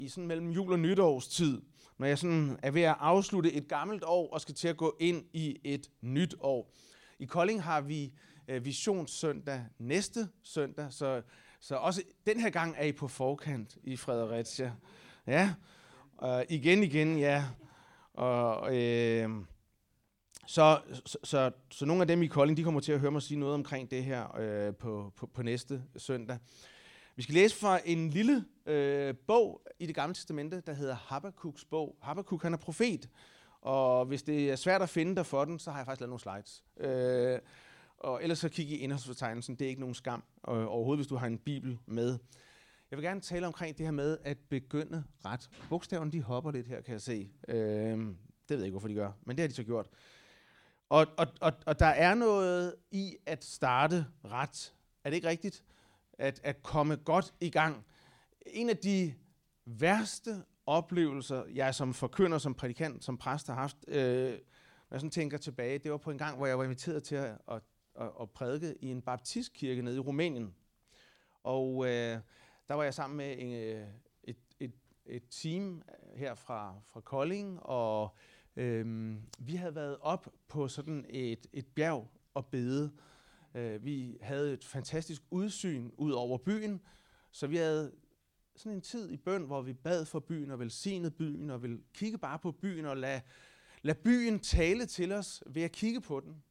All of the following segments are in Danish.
i sådan mellem jul og nytårstid, når jeg sådan er ved at afslutte et gammelt år og skal til at gå ind i et nyt år. I Kolding har vi Visionssøndag næste søndag, så også den her gang er I på forkant i Fredericia. Ja, igen, ja. Og, så nogle af dem i Kolding, de kommer til at høre mig sige noget omkring det her på næste søndag. Vi skal læse fra en lille bog i Det Gamle Testamente, der hedder Habakuks bog. Habakuk, han er profet, og hvis det er svært at finde dig for den, så har jeg faktisk lavet nogle slides. Og ellers så kig i indholdsfortegnelsen, det er ikke nogen skam overhovedet, hvis du har en bibel med. Jeg vil gerne tale omkring det her med at begynde ret. Bogstaverne, de hopper lidt her, kan jeg se. Det ved jeg ikke, hvorfor de gør, men det har de så gjort. Og der er noget i at starte ret. Er det ikke rigtigt? At komme godt i gang. En af de værste oplevelser, jeg som forkynder, som prædikant, som præst har haft, når jeg sådan tænker tilbage, det var på en gang, hvor jeg var inviteret til at prædike i en baptistkirke nede i Rumænien. Og der var jeg sammen med et team her fra Kolding, og vi havde været op på sådan et bjerg og bede. Vi havde et fantastisk udsyn ud over byen, så vi havde sådan en tid i bøn, hvor vi bad for byen og velsignede byen og ville kigge bare på byen og lad byen tale til os ved at kigge på den.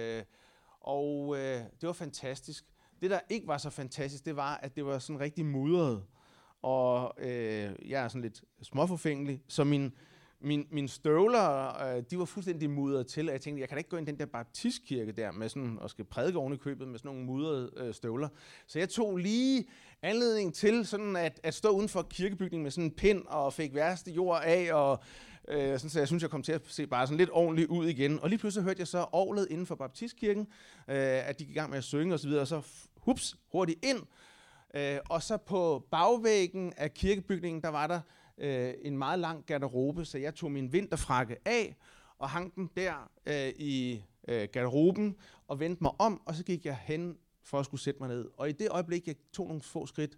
Det var fantastisk. Det, der ikke var så fantastisk, det var, at det var sådan rigtig mudret. Og jeg er sådan lidt småforfængelig, så mine støvler, de var fuldstændig mudret til, og jeg tænkte, jeg kan da ikke gå ind i den der baptistkirke der, med sådan, og skal prædike oven i købet med sådan nogle mudrede støvler. Så jeg tog lige anledning til sådan at stå uden for kirkebygningen med sådan en pind, og fik værste jord af, og sådan, så jeg synes, jeg kom til at se bare sådan lidt ordentligt ud igen. Og lige pludselig hørte jeg så orglet inden for baptistkirken, at de gik i gang med at synge osv., og så hurtigt ind. Og så på bagvæggen af kirkebygningen, der var der en meget lang garderobe, så jeg tog min vinterfrakke af og hang den der i garderoben og vendte mig om, og så gik jeg hen for at skulle sætte mig ned. Og i det øjeblik, jeg tog nogle få skridt,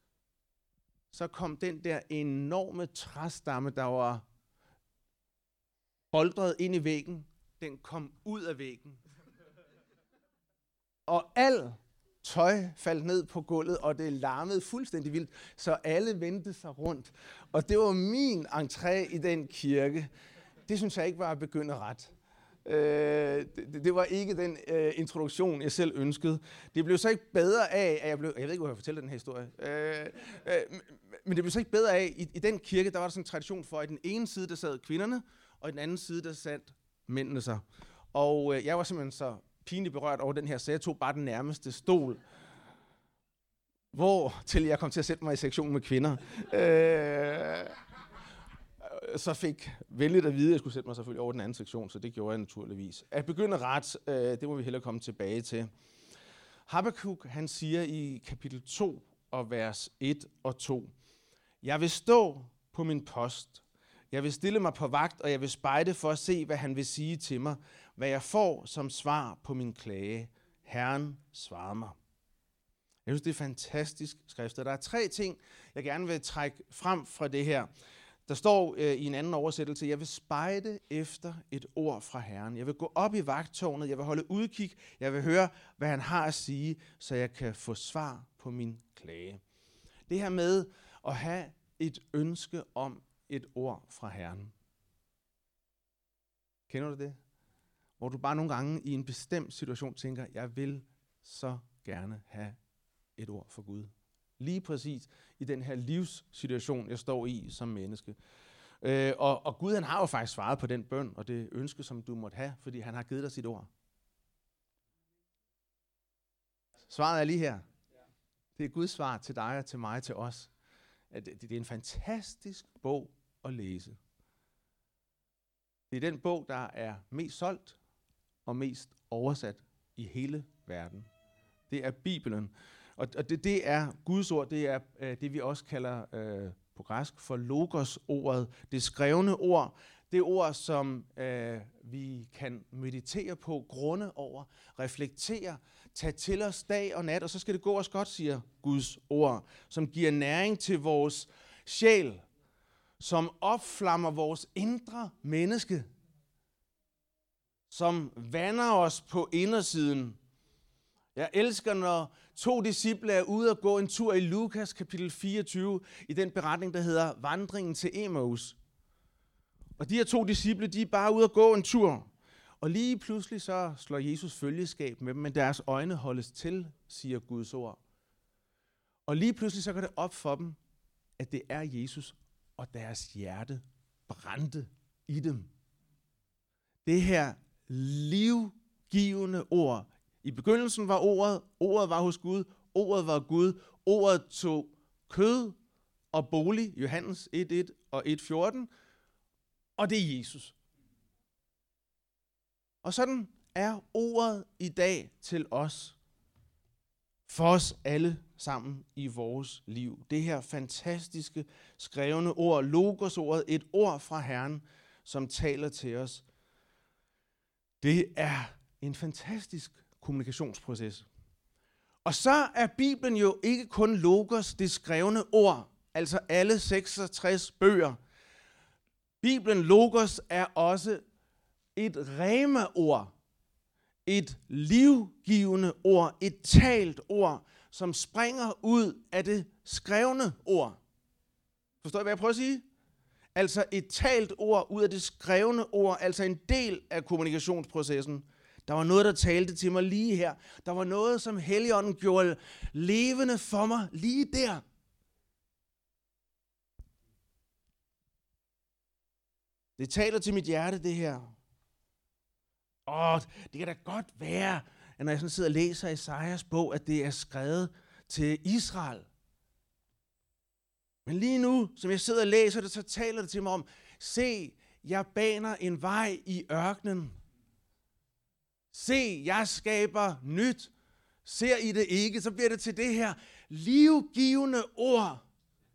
så kom den der enorme træstamme, der var boldret ind i væggen, den kom ud af væggen. Og al tøj faldt ned på gulvet, og det larmede fuldstændig vildt, så alle vendte sig rundt. Og det var min entré i den kirke. Det synes jeg ikke var at begynde ret. Det var ikke den introduktion, jeg selv ønskede. Det blev så ikke bedre af, at jeg ved ikke, hvor jeg fortæller den her historie. Men det blev så ikke bedre af, i den kirke, der var der sådan en tradition for, at i den ene side, der sad kvinderne, og i den anden side, der sad mændene sig. Og jeg var simpelthen så pinligt berørt over den her, så jeg tog bare den nærmeste stol, hvor til jeg kom til at sætte mig i sektionen med kvinder. Så fik vældigt at vide, at jeg skulle sætte mig selvfølgelig over den anden sektion, så det gjorde jeg naturligvis. At begynde ret, det må vi hellere komme tilbage til. Habakuk, han siger i kapitel 2 og vers 1 og 2, jeg vil stå på min post, jeg vil stille mig på vagt, og jeg vil spejde for at se, hvad han vil sige til mig, hvad jeg får som svar på min klage. Herren svarer mig. Jeg synes, det er fantastisk skrift. Der er 3 ting, jeg gerne vil trække frem fra det her. Der står i en anden oversættelse, jeg vil spejde efter et ord fra Herren. Jeg vil gå op i vagttårnet, jeg vil holde udkig, jeg vil høre, hvad han har at sige, så jeg kan få svar på min klage. Det her med at have et ønske om et ord fra Herren. Kender du det? Hvor du bare nogle gange i en bestemt situation tænker, jeg vil så gerne have et ord fra Gud. Lige præcis i den her livssituation, jeg står i som menneske. Og Gud, han har jo faktisk svaret på den bøn og det ønske, som du måtte have, fordi han har givet dig sit ord. Svaret er lige her. Det er Guds svar til dig og til mig, til os. Det er en fantastisk bog at læse. Det er den bog, der er mest solgt og mest oversat i hele verden. Det er Bibelen. Og det er Guds ord, det er det, vi også kalder på græsk for logos-ordet. Det skrevne ord, det ord, som vi kan meditere på, grunde over, reflektere, tage til os dag og nat, og så skal det gå os godt, siger Guds ord, som giver næring til vores sjæl, som opflammer vores indre menneske, som vander os på indersiden. Jeg elsker, når 2 disciple er ude og gå en tur i Lukas kapitel 24, i den beretning, der hedder Vandringen til Emmaus. Og de her 2 disciple, de er bare ude og gå en tur. Og lige pludselig så slår Jesus følgeskab med dem, men deres øjne holdes til, siger Guds ord. Og lige pludselig så går det op for dem, at det er Jesus, og deres hjerte brændte i dem. Det her livgivende ord. I begyndelsen var ordet var hos Gud, ordet var Gud, ordet tog kød og bolig, Johannes 1:1 og 1:14, og det er Jesus. Og sådan er ordet i dag til os, for os alle sammen i vores liv. Det her fantastiske skrevne ord, logosordet, et ord fra Herren, som taler til os. Det er en fantastisk kommunikationsproces. Og så er Bibelen jo ikke kun logos, det skrevne ord, altså alle 66 bøger. Bibelen logos er også et rema-ord, et livgivende ord, et talt ord, som springer ud af det skrevne ord. Forstår I, hvad jeg prøver at sige? Altså et talt ord ud af det skrevne ord, altså en del af kommunikationsprocessen. Der var noget, der talte til mig lige her. Der var noget, som Helligånden gjorde levende for mig lige der. Det taler til mit hjerte, det her. Det kan da godt være, at når jeg sådan sidder og læser Esajas bog, at det er skrevet til Israel. Men lige nu, som jeg sidder og læser det, så taler det til mig om, se, jeg baner en vej i ørkenen. Se, jeg skaber nyt. Ser I det ikke, så bliver det til det her livgivende ord.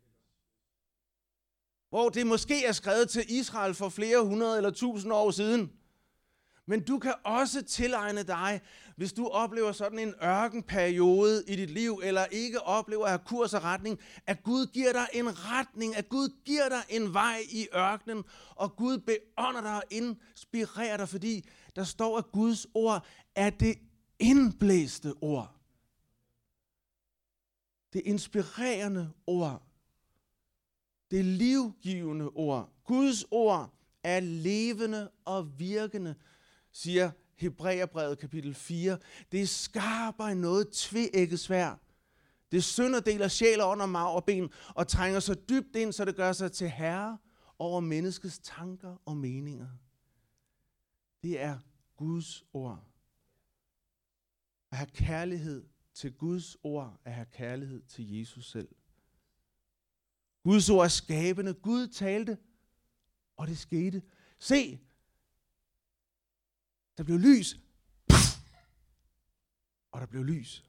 Hvor det måske er skrevet til Israel for flere hundrede eller tusind år siden. Men du kan også tilegne dig, hvis du oplever sådan en ørkenperiode i dit liv, eller ikke oplever at have kurs og retning, at Gud giver dig en retning, at Gud giver dig en vej i ørkenen, og Gud beånder dig og inspirerer dig, fordi der står, at Guds ord er det indblæste ord. Det inspirerende ord. Det livgivende ord. Guds ord er levende og virkende, siger Hebræerbrevet kapitel 4. Det er skarpere end noget tveægget sværd. Det sønderdeler sjæl og ånd og marv og ben, og trænger så dybt ind, så det gør sig til herre over menneskets tanker og meninger. Det er Guds ord. At have kærlighed til Guds ord, at have kærlighed til Jesus selv. Guds ord er skabende. Gud talte, og det skete. Se, der blev lys, og der blev lys.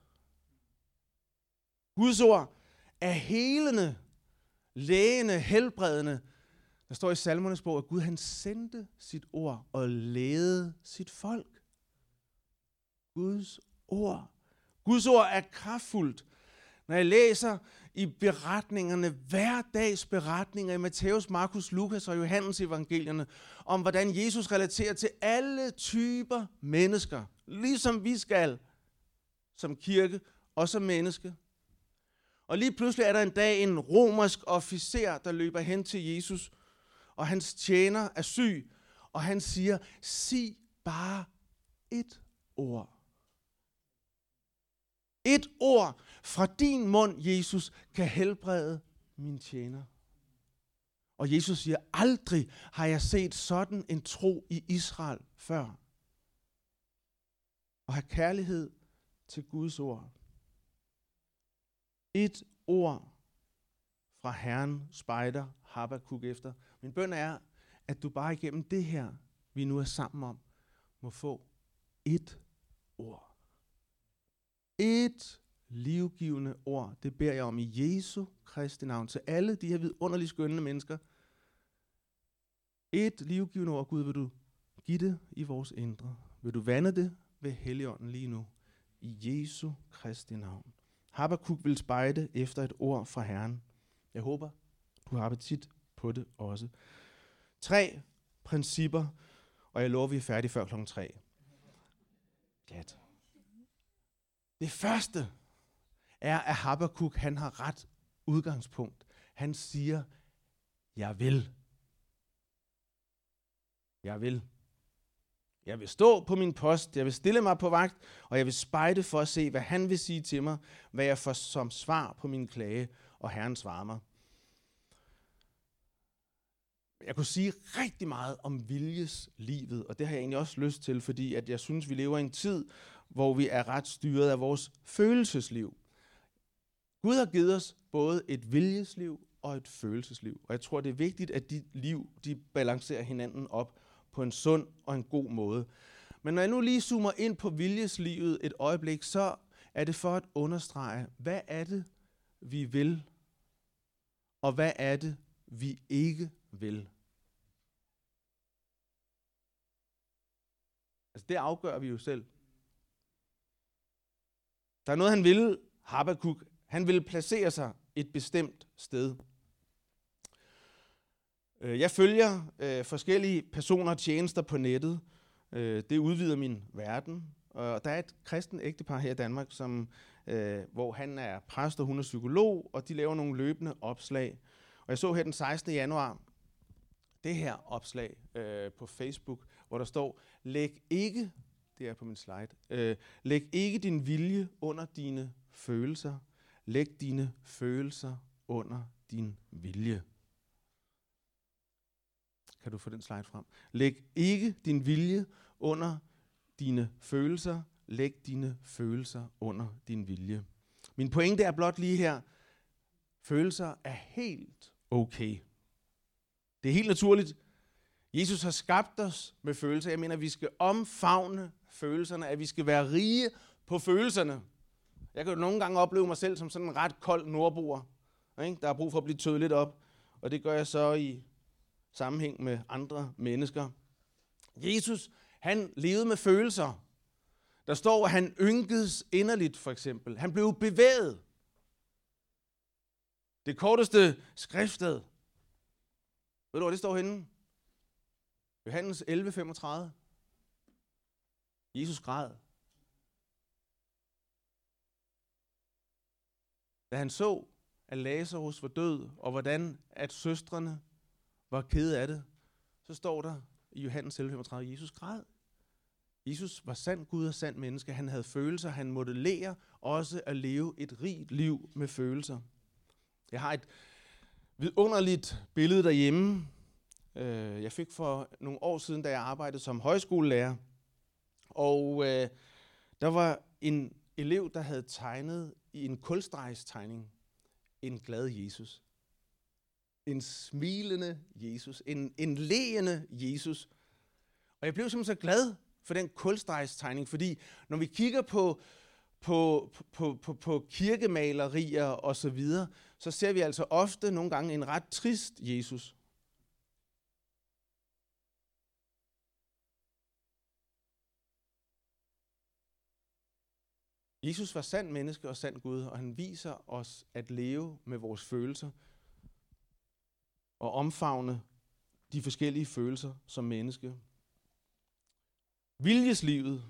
Guds ord er helende, lægende, helbredende. Der står i Salmernes bog, at Gud han sendte sit ord og ledede sit folk. Guds ord. Guds ord er kraftfuldt. Når jeg læser i beretningerne, hverdags beretninger i Matthæus, Markus, Lukas og Johannes evangelierne, om hvordan Jesus relaterer til alle typer mennesker, ligesom vi skal, som kirke og som menneske. Og lige pludselig er der en dag en romersk officer, der løber hen til Jesus, og hans tjener er syg, og han siger, sig bare et ord. Et ord fra din mund, Jesus, kan helbrede min tjener. Og Jesus siger, aldrig har jeg set sådan en tro i Israel før. Og have kærlighed til Guds ord. Et ord fra Herren spejder Habakuk efter. Min bøn er, at du bare igennem det her, vi nu er sammen om, må få et ord. Et livgivende ord. Det beder jeg om i Jesu Kristi navn til alle de her vidunderligt skønne mennesker. Et livgivende ord, Gud, vil du give det i vores indre. Vil du vande det ved Helligånden lige nu. I Jesu Kristi navn. Habakuk vil spejde efter et ord fra Herren. Jeg håber, du har appetit på det også. 3 principper, og jeg lover, vi er færdige før klokken 3. Glat. Det første er, at Habakuk, han har ret udgangspunkt. Han siger, jeg vil. Jeg vil. Jeg vil stå på min post, jeg vil stille mig på vagt, og jeg vil spejde for at se, hvad han vil sige til mig, hvad jeg får som svar på min klage, og Herren svarer mig. Jeg kunne sige rigtig meget om viljeslivet, og det har jeg egentlig også lyst til, fordi at jeg synes, vi lever i en tid, hvor vi er ret styret af vores følelsesliv. Gud har givet os både et viljesliv og et følelsesliv, og jeg tror, det er vigtigt, at de liv, de balancerer hinanden op på en sund og en god måde. Men når jeg nu lige zoomer ind på viljeslivet et øjeblik, så er det for at understrege, hvad er det, vi vil, og hvad er det, vi ikke vil. Altså det afgør vi jo selv. Der er noget, han ville, Habakuk. Han ville placere sig et bestemt sted. Jeg følger forskellige personer og tjenester på nettet. Det udvider min verden. Og der er et kristen ægtepar her i Danmark, hvor han er præst og hun er psykolog, og de laver nogle løbende opslag. Og jeg så her den 16. januar det her opslag på Facebook, hvor der står, læg ikke, det er på min slide, læg ikke din vilje under dine følelser. Læg dine følelser under din vilje. Kan du få den slide frem? Læg ikke din vilje under dine følelser. Læg dine følelser under din vilje. Min pointe er blot lige her. Følelser er helt okay. Det er helt naturligt. Jesus har skabt os med følelser. Jeg mener, at vi skal omfavne følelserne, at vi skal være rige på følelserne. Jeg kan jo nogle gange opleve mig selv som sådan en ret kold nordboer, ikke? Der er brug for at blive tøet lidt op, og det gør jeg så i sammenhæng med andre mennesker. Jesus, han levede med følelser. Der står, at han ynkedes inderligt, for eksempel. Han blev bevæget. Det korteste skriftsted. Ved du, hvor det står henne? Johannes 11:35. Jesus græd. Da han så, at Lazarus var død, og hvordan at søstrene var kede af det, så står der i Johannes 11:35, Jesus græd. Jesus var sand Gud og sand menneske. Han havde følelser. Han måtte lære også at leve et rigt liv med følelser. Jeg har et vidunderligt billede derhjemme. Jeg fik for nogle år siden, da jeg arbejdede som højskolelærer. Og der var en elev, der havde tegnet i en kulstregstegning en glad Jesus. En smilende Jesus. En leende Jesus. Og jeg blev simpelthen så glad for den kulstregstegning, fordi når vi kigger på kirkemalerier og så videre, så ser vi altså ofte nogle gange en ret trist Jesus. Jesus var sand menneske og sand Gud, og han viser os at leve med vores følelser og omfavne de forskellige følelser som menneske. Viljeslivet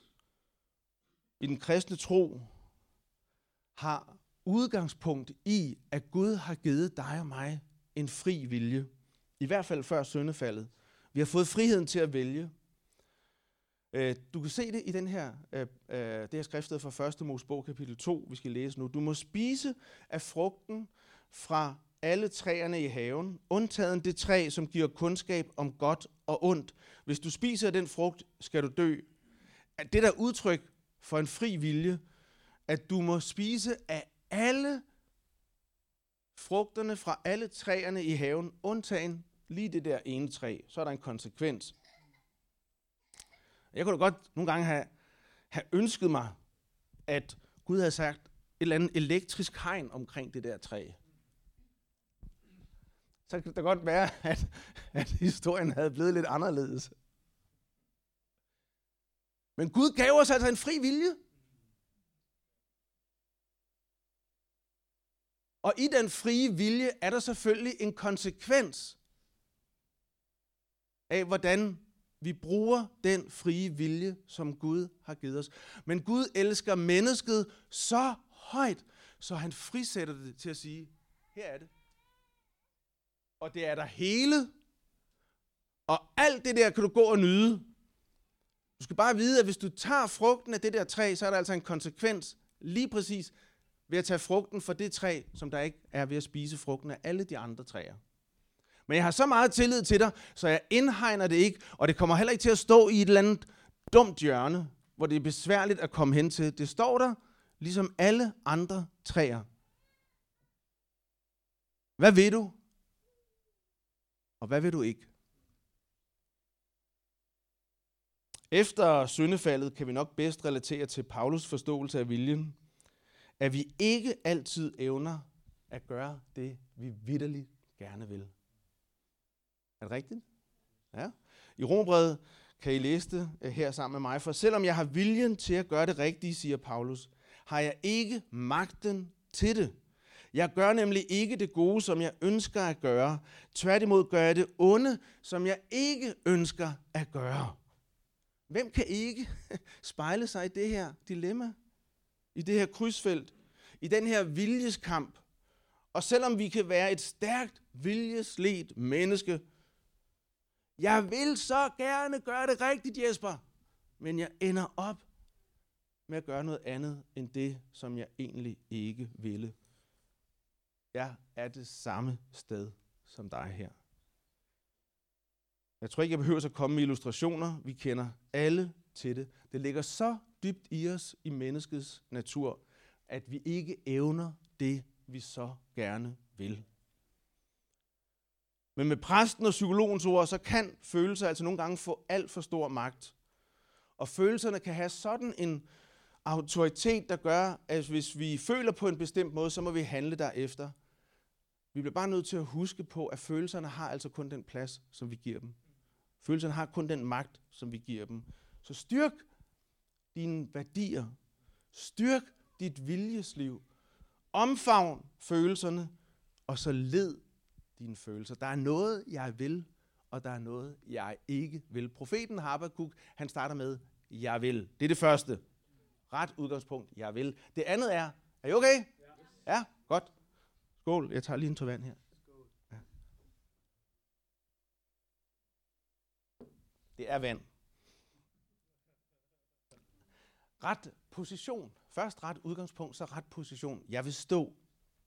i den kristne tro har udgangspunkt i, at Gud har givet dig og mig en fri vilje. I hvert fald før syndefaldet. Vi har fået friheden til at vælge. Du kan se det i det her skriftsted fra 1. Mosebog kapitel 2, vi skal læse nu. Du må spise af frugten fra alle træerne i haven, undtagen det træ, som giver kundskab om godt og ondt. Hvis du spiser af den frugt, skal du dø. Det der udtryk for en fri vilje, at du må spise af alle frugterne fra alle træerne i haven, undtagen lige det der ene træ. Så er der en konsekvens. Jeg kunne da godt nogle gange have ønsket mig, at Gud havde sagt et eller andet elektrisk hegn omkring det der træ. Så kan det da godt være, at historien havde blevet lidt anderledes. Men Gud gav os altså en fri vilje. Og i den frie vilje er der selvfølgelig en konsekvens af, hvordan vi bruger den frie vilje, som Gud har givet os. Men Gud elsker mennesket så højt, så han frisætter det til at sige, her er det. Og det er der hele, og alt det der kan du gå og nyde. Du skal bare vide, at hvis du tager frugten af det der træ, så er der altså en konsekvens lige præcis ved at tage frugten fra det træ, som der ikke er ved at spise frugten af alle de andre træer. Men jeg har så meget tillid til dig, så jeg indhegner det ikke, og det kommer heller ikke til at stå i et eller andet dumt hjørne, hvor det er besværligt at komme hen til. Det står der, ligesom alle andre træer. Hvad vil du? Og hvad vil du ikke? Efter syndefaldet kan vi nok bedst relatere til Paulus forståelse af viljen, at vi ikke altid evner at gøre det, vi vitterligt gerne vil. Er det rigtigt? Ja. I Romerbrevet kan I læse det her sammen med mig. For selvom jeg har viljen til at gøre det rigtige, siger Paulus, har jeg ikke magten til det. Jeg gør nemlig ikke det gode, som jeg ønsker at gøre. Tværtimod gør jeg det onde, som jeg ikke ønsker at gøre. Hvem kan ikke spejle sig i det her dilemma? I det her krydsfelt? I den her viljeskamp? Og selvom vi kan være et stærkt viljesledt menneske, jeg vil så gerne gøre det rigtigt, Jesper, men jeg ender op med at gøre noget andet end det, som jeg egentlig ikke ville. Jeg er det samme sted som dig her. Jeg tror ikke, jeg behøver at komme med illustrationer. Vi kender alle til det. Det ligger så dybt i os, i menneskets natur, at vi ikke evner det, vi så gerne vil. Men med præsten og psykologens ord, så kan følelser altså nogle gange få alt for stor magt. Og følelserne kan have sådan en autoritet, der gør, at hvis vi føler på en bestemt måde, så må vi handle derefter. Vi bliver bare nødt til at huske på, at følelserne har altså kun den plads, som vi giver dem. Følelserne har kun den magt, som vi giver dem. Så styrk dine værdier. Styrk dit viljesliv. Omfavn følelserne, og så led dine følelser. Der er noget, jeg vil, og der er noget, jeg ikke vil. Profeten Habakuk, han starter med, jeg vil. Det er det første. Ret udgangspunkt, jeg vil. Det andet er I okay? Ja, godt. Skål, jeg tager lige en tår vand her. Ja. Det er vand. Ret position. Først ret udgangspunkt, så ret position. Jeg vil stå.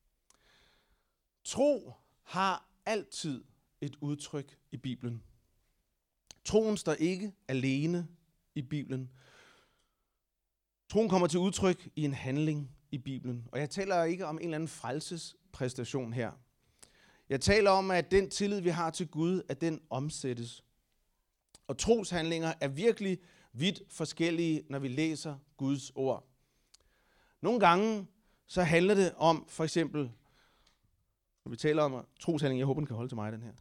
Tro har altid et udtryk i Bibelen. Troen står ikke alene i Bibelen. Troen kommer til udtryk i en handling i Bibelen. Og jeg taler ikke om en eller anden frelsespræstation her. Jeg taler om, at den tillid, vi har til Gud, at den omsættes. Og troshandlinger er virkelig vidt forskellige, når vi læser Guds ord. Nogle gange så handler det om, for eksempel, når vi taler om troshandling, jeg håber, den kan holde til mig, den her.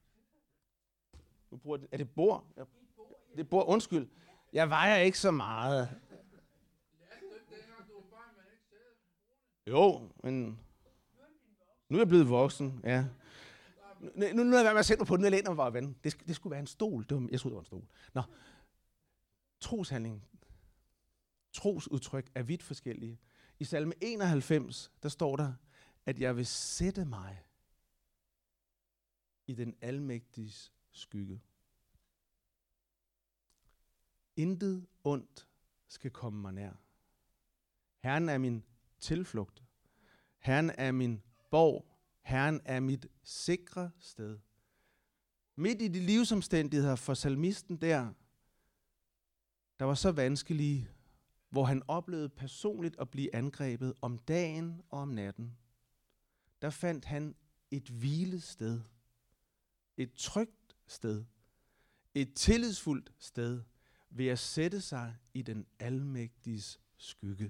Er det bord? Det er bord, undskyld. Jeg vejer ikke så meget. Jo, men nu er jeg blevet voksen, ja. Nu er jeg med at sætte mig på den, jeg læner mig bare vand. Det skulle være en stol. Jeg troede, det var en stol. Nå. Troshandling. Trosudtryk er vidt forskellige. I salme 91, der står der, at jeg vil sætte mig i den almægtiges skygge. Intet ondt skal komme mig nær. Herren er min tilflugt. Herren er min borg. Herren er mit sikre sted. Midt i de livsomstændigheder for salmisten der var så vanskelige, hvor han oplevede personligt at blive angrebet om dagen og om natten, der fandt han et hvilested, et trygt sted, et tillidsfuldt sted ved at sætte sig i den almægtiges skygge.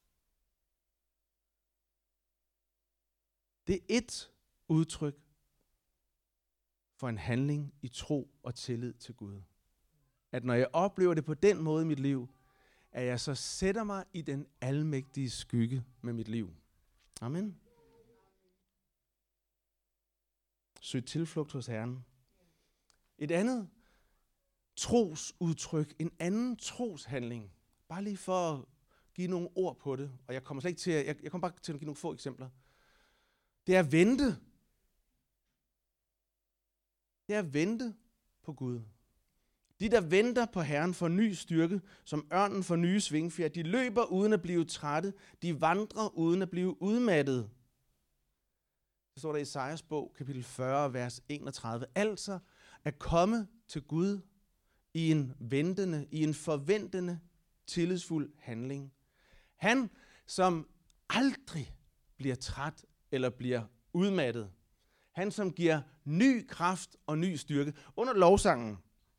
Det er et udtryk for en handling i tro og tillid til Gud. At når jeg oplever det på den måde i mit liv, at jeg så sætter mig i den almægtige skygge med mit liv. Amen. søg tilflugt hos Herren. Et andet trosudtryk, en anden troshandling, bare lige for at give nogle ord på det, og jeg kommer slet ikke til jeg kommer bare til at give nogle få eksempler. Det er at vente. Det er at vente på Gud. De, der venter på Herren, får ny styrke, som ørnen får nye svingfjer. De løber uden at blive trætte. De vandrer uden at blive udmattet. Det står der i Esajas bog, kapitel 40, vers 31. Altså at komme til Gud i en ventende, i en forventende, tillidsfuld handling. Han, som aldrig bliver træt eller bliver udmattet. Han, som giver ny kraft og ny styrke. Under lovsangen,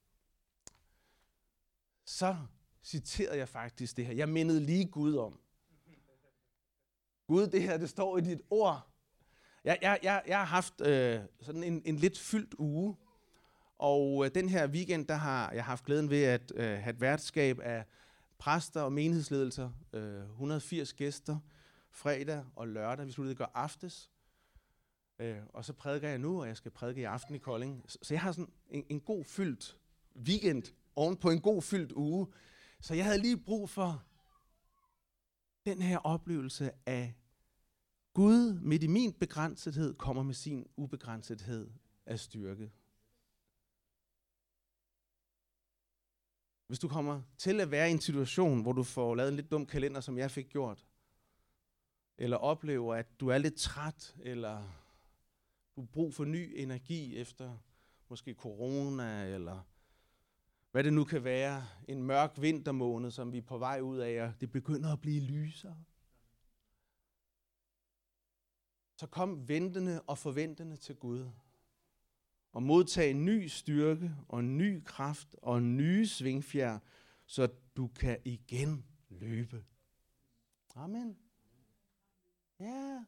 så citerede jeg faktisk det her. Jeg mindede lige Gud om. Gud, det her, det står i dit ord. Jeg har haft sådan en lidt fyldt uge, og den her weekend, der har jeg haft glæden ved at have et værtskab af præster og menighedsledelser, 180 gæster, fredag og lørdag. Vi sluttede i går aftes, og så prædiker jeg nu, og jeg skal prædike i aften i Kolding. Så jeg har sådan en god fyldt weekend oven på en god fyldt uge. Så jeg havde lige brug for den her oplevelse af Gud midt i min begrænsethed kommer med sin ubegrænsethed af styrke. Hvis du kommer til at være i en situation, hvor du får lavet en lidt dum kalender, som jeg fik gjort, eller oplever, at du er lidt træt, eller du har brug for ny energi efter måske corona, eller hvad det nu kan være, en mørk vintermåned, som vi er på vej ud af, og det begynder at blive lysere. Så kom ventende og forventende til Gud, og modtag en ny styrke, og en ny kraft, og nye svingfjer, så du kan igen løbe. Amen. Ja.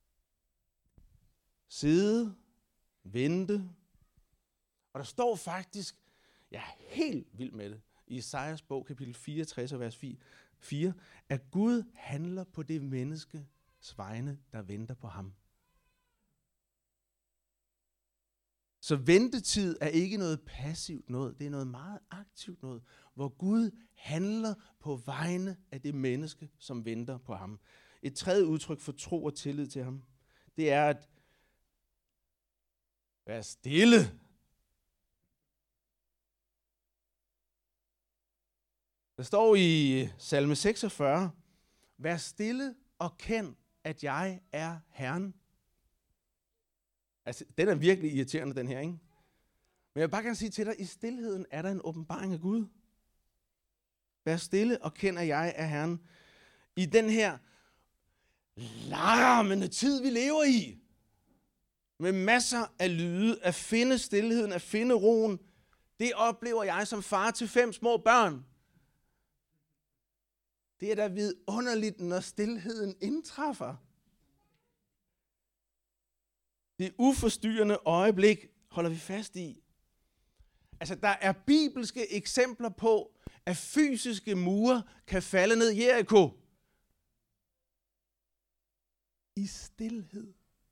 Sidde, vente. Og der står faktisk, jeg er helt vild med det, i Esajas bog, kapitel 64, vers 4, at Gud handler på det menneskes vegne, der venter på ham. Så ventetid er ikke noget passivt noget, det er noget meget aktivt noget, hvor Gud handler på vegne af det menneske, som venter på ham. Et tredje udtryk for tro og tillid til ham, det er at være stille. Der står i salme 46, vær stille og kend, at jeg er Herren. Altså, den er virkelig irriterende, den her, ikke? Men jeg vil bare gerne sige til dig, i stilheden er der en åbenbaring af Gud. Vær stille og kend, at jeg er Herren. I den her larmende tid, vi lever i, med masser af lyde, at finde stilheden, at finde roen, det oplever jeg som far til 5 små børn. Det er da vidunderligt, når stilheden indtræffer. Det uforstyrrende øjeblik holder vi fast i. Altså, der er bibelske eksempler på, at fysiske mure kan falde ned i Jericho. I stilhed.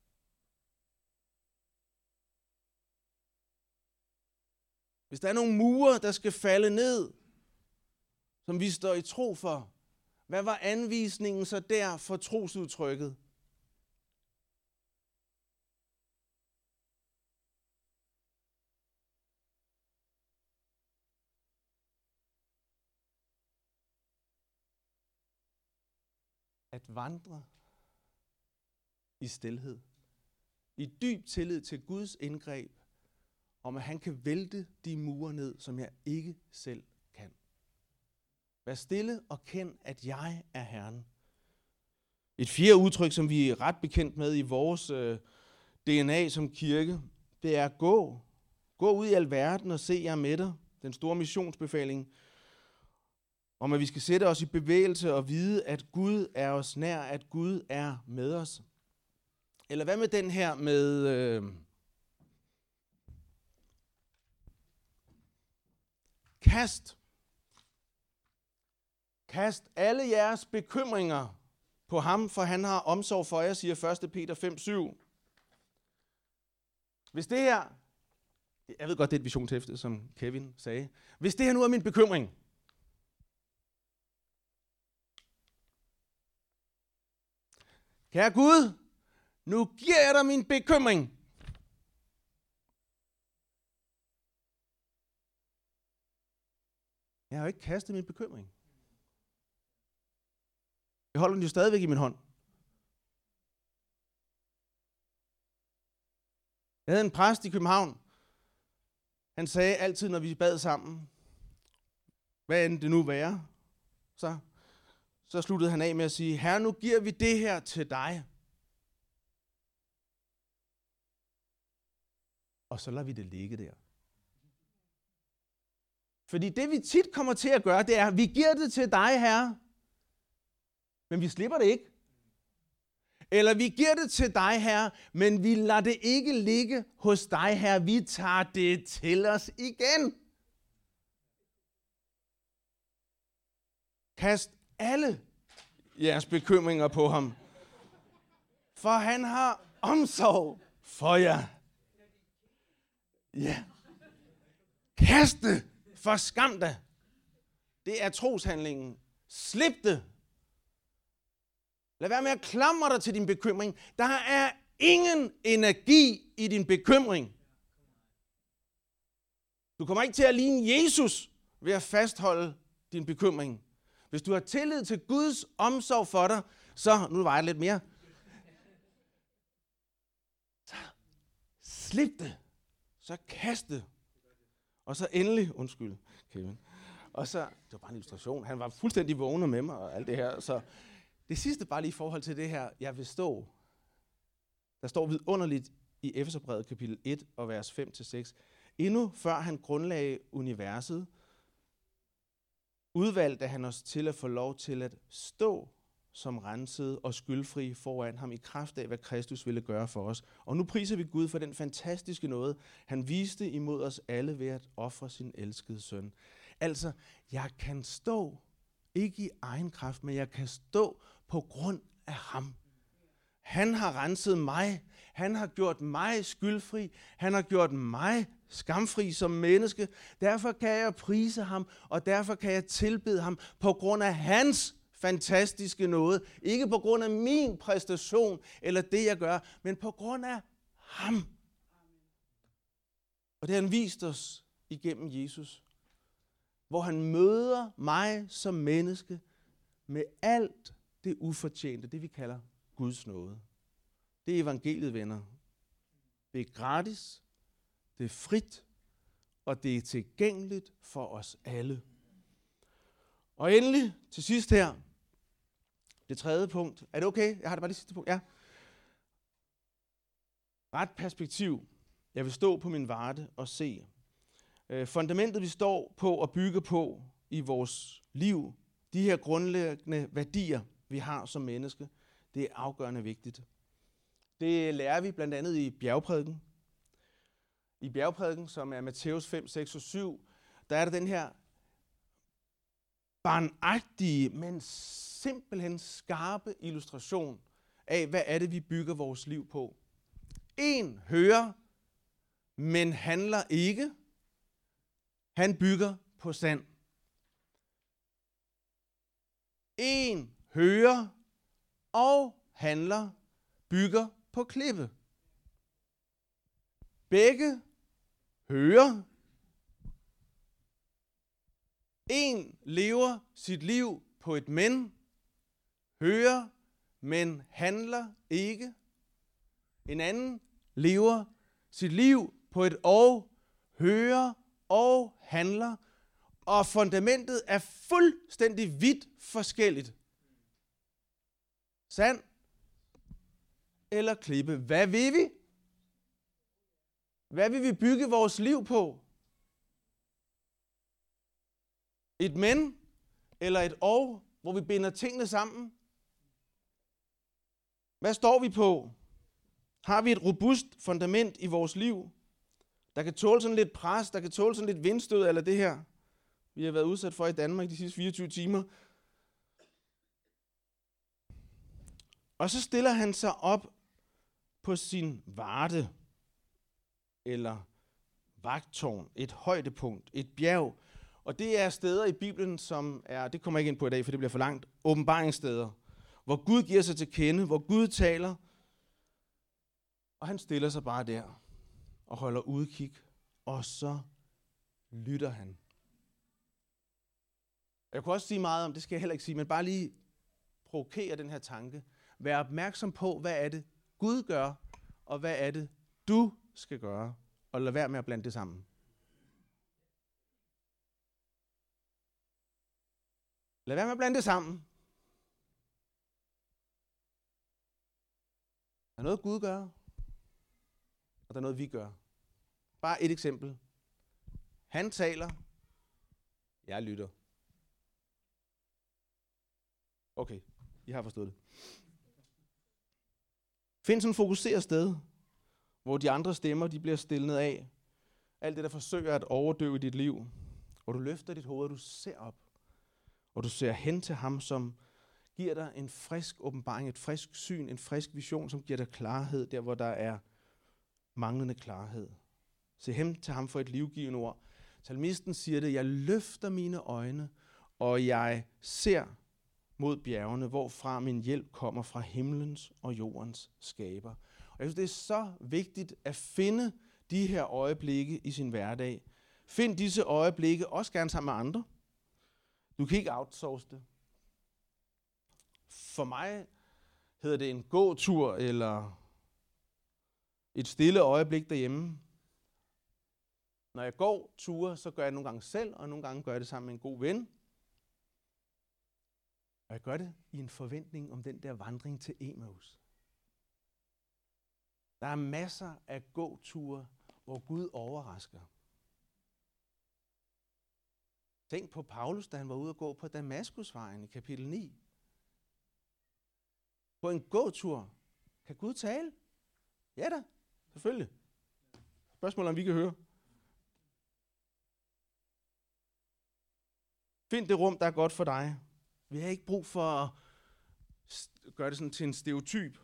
Hvis der er nogle mure, der skal falde ned, som vi står i tro for, hvad var anvisningen så der for trosudtrykket? At vandre i stilhed, i dyb tillid til Guds indgreb, om at han kan vælte de mure ned, som jeg ikke selv kan. Vær stille og kend, at jeg er Herren. Et fjerde udtryk, som vi er ret bekendt med i vores DNA som kirke, det er gå. Gå ud i alverden og se jer med dig. Den store missionsbefaling om, at vi skal sætte os i bevægelse og vide, at Gud er os nær, at Gud er med os. Eller hvad med den her med Kast alle jeres bekymringer på ham, for han har omsorg for jer, siger 1. Peter 5:7. Hvis det her, jeg ved godt, det er et visionshæfte, som Kevin sagde. Hvis det her nu er min bekymring, kære Gud, nu giver jeg dig min bekymring. Jeg har jo ikke kastet min bekymring. Jeg holder den jo stadigvæk i min hånd. Jeg havde en præst i København. Han sagde altid, når vi bad sammen, hvad end det nu være, så sluttede han af med at sige, Herre, nu giver vi det her til dig. Og så lader vi det ligge der. Fordi det vi tit kommer til at gøre, det er, vi giver det til dig, Herre, men vi slipper det ikke. Eller vi giver det til dig, Herre, men vi lader det ikke ligge hos dig, Herre. Vi tager det til os igen. Kast alle jeres bekymringer på ham, for han har omsorg for jer. Ja. Kast det, for skam dig. Det er troshandlingen. Slip det. Lad være med at klamre dig til din bekymring. Der er ingen energi i din bekymring. Du kommer ikke til at ligne Jesus ved at fastholde din bekymring. Hvis du har tillid til Guds omsorg for dig, så, nu var jeg lidt mere, så slip det. Så kast det. Og så endelig, undskyld, Kevin. Og så, det var bare en illustration, han var fuldstændig vågnet med mig og alt det her, så det sidste bare lige i forhold til det her, jeg vil stå. Der står vidunderligt i Efeserbrevet kapitel 1 og vers 5-6. Endnu før han grundlagde universet, udvalgte han os til at få lov til at stå som rensede og skyldfri foran ham i kraft af, hvad Kristus ville gøre for os. Og nu priser vi Gud for den fantastiske noget, han viste imod os alle ved at ofre sin elskede søn. Altså, jeg kan stå, ikke i egen kraft, men jeg kan stå på grund af ham. Han har renset mig. Han har gjort mig skyldfri. Han har gjort mig skamfri som menneske. Derfor kan jeg prise ham, og derfor kan jeg tilbede ham på grund af hans fantastiske noget. Ikke på grund af min præstation eller det, jeg gør, men på grund af ham. Og det har han vist os igennem Jesus, hvor han møder mig som menneske med alt det ufortjente, det vi kalder Guds nåde. Det er evangeliet, venner. Det er gratis, det er frit, og det er tilgængeligt for os alle. Og endelig, til sidst her, det tredje punkt. Er det okay? Jeg har det bare det sidste punkt. Ja. Ret perspektiv. Jeg vil stå på min varte og se. Fundamentet, vi står på og bygger på i vores liv, de her grundlæggende værdier, vi har som menneske, det er afgørende vigtigt. Det lærer vi blandt andet i bjergprædiken. I bjergprædiken, som er Matthæus 5, 6 og 7, der er der den her barnagtige, men simpelthen skarpe illustration af, hvad er det, vi bygger vores liv på. En hører, men handler ikke. Han bygger på sand. En hører og handler, bygger på klippe. Begge hører. En lever sit liv på et men, hører, men handler ikke. En anden lever sit liv på et og, hører og handler. Og fundamentet er fuldstændig vidt forskelligt. Sand eller klippe. Hvad vil vi? Hvad vil vi bygge vores liv på? Et men eller et og, hvor vi binder tingene sammen? Hvad står vi på? Har vi et robust fundament i vores liv, der kan tåle sådan lidt pres, der kan tåle sådan lidt vindstød eller det her, vi har været udsat for i Danmark de sidste 24 timer? Og så stiller han sig op på sin varte. eller vagttårn, et højdepunkt, et bjerg. Og det er steder i Bibelen, som er, det kommer jeg ikke ind på i dag, for det bliver for langt, åbenbaringssteder, hvor Gud giver sig til kende, hvor Gud taler, og han stiller sig bare der og holder udkig, og så lytter han. Jeg kunne også sige meget om, det skal jeg heller ikke sige, men bare lige provokere den her tanke. Vær opmærksom på, hvad er det Gud gør, og hvad er det du skal gøre, og lad være med at blande det sammen. Lad være med at blande det sammen. Der er noget Gud gør, og der er noget vi gør. Bare et eksempel. Han taler, jeg lytter. Okay, I har forstået det. Find sådan et fokuseret sted, hvor de andre stemmer, de bliver stilnet af. Alt det, der forsøger at overdøve dit liv. Hvor du løfter dit hoved, og du ser op. Og du ser hen til ham, som giver dig en frisk åbenbaring, et frisk syn, en frisk vision, som giver dig klarhed, der hvor der er manglende klarhed. Se hen til ham for et livgivende ord. Salmisten siger det, jeg løfter mine øjne, og jeg ser mod bjergene, hvorfra min hjælp kommer fra himlens og jordens skaber. Og jeg synes, det er så vigtigt at finde de her øjeblikke i sin hverdag. Find disse øjeblikke, også gerne sammen med andre. Du kan ikke outsource det. For mig hedder det en gåtur eller et stille øjeblik derhjemme. Når jeg går ture, så gør jeg det nogle gange selv, og nogle gange gør jeg det sammen med en god ven. Og jeg gør det i en forventning om den der vandring til Emmaus. Der er masser af gåture, hvor Gud overrasker. Tænk på Paulus, da han var ude at gå på Damaskusvejen i kapitel 9. På en gåtur kan Gud tale? Ja da, selvfølgelig. Spørgsmålet om vi kan høre. Find det rum, der er godt for dig. Vi har ikke brug for at gøre det sådan til en stereotyp.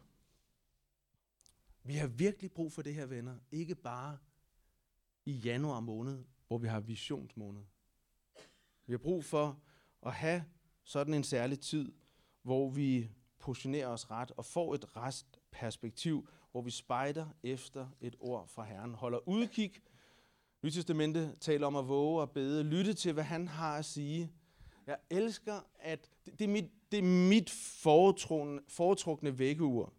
Vi har virkelig brug for det her, venner. Ikke bare i januar måned, hvor vi har visionsmåned. Vi har brug for at have sådan en særlig tid, hvor vi positionerer os ret og får et restperspektiv, hvor vi spejder efter et ord fra Herren. Holder udkig. Nye Testamente taler om at våge og bede. Lytte til, hvad han har at sige. Jeg elsker, at det er mit foretrukne vækkeur.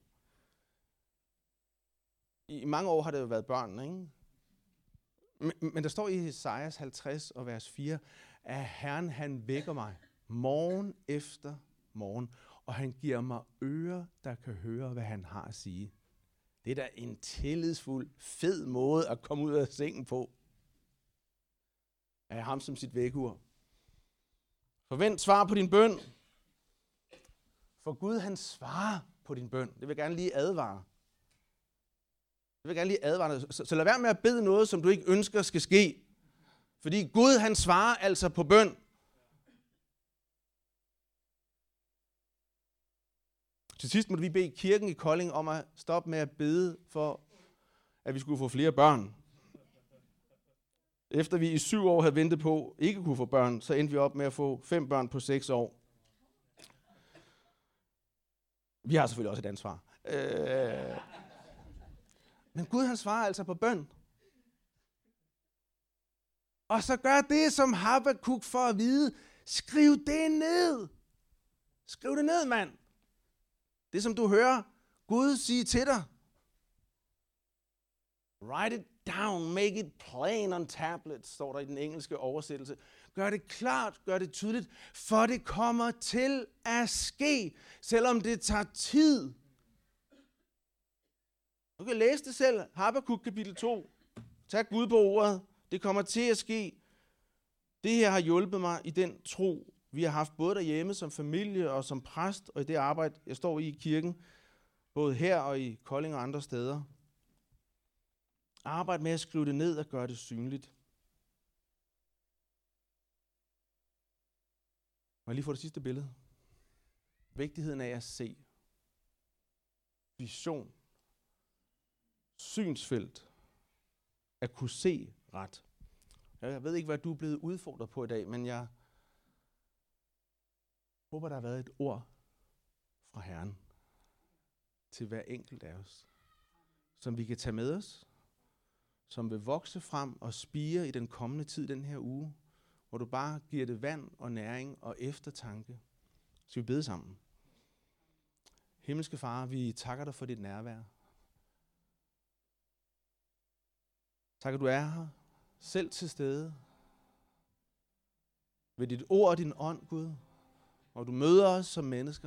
I mange år har det jo været børnene, ikke? Men der står i Esajas 50 og vers 4, at Herren han vækker mig morgen efter morgen, og han giver mig ører, der kan høre, hvad han har at sige. Det er da en tillidsfuld, fed måde at komme ud af sengen på. Af ham som sit vækkeur. Forvent svar på din bøn. For Gud han svarer på din bøn. Det vil jeg gerne lige advare. Så lad være med at bede noget, som du ikke ønsker skal ske. Fordi Gud han svarer altså på bøn. Til sidst måtte vi bede kirken i Kolding om at stoppe med at bede for, at vi skulle få flere børn. Efter vi i 7 år havde ventet på ikke kunne få børn, så endte vi op med at få 5 børn på 6 år. Vi har selvfølgelig også et ansvar. Men Gud han svarer altså på bøn. Og så gør det, som Habakuk får at vide. Skriv det ned. Skriv det ned, mand. Det, som du hører Gud sige til dig. Write it down, make it plain on tablets, står der i den engelske oversættelse. Gør det klart, gør det tydeligt, for det kommer til at ske, selvom det tager tid. Du kan læse det selv, Habakuk kapitel 2. Tag Gud på ordet, det kommer til at ske. Det her har hjulpet mig i den tro, vi har haft både derhjemme som familie og som præst, og i det arbejde, jeg står i kirken, både her og i Kolding og andre steder. Arbejde med at skrive det ned og gøre det synligt. Må jeg lige få det sidste billede? Vigtigheden af at se. Vision. Synsfelt. at kunne se ret. Jeg ved ikke, hvad du er blevet udfordret på i dag, men jeg håber, der har været et ord fra Herren til hver enkelt af os, som vi kan tage med os, som vil vokse frem og spire i den kommende tid, den her uge, hvor du bare giver det vand og næring og eftertanke. Så vi beder sammen. Himmelske Far, vi takker dig for dit nærvær. Tak, at du er her, selv til stede, ved dit ord og din ånd, Gud, og du møder os som mennesker.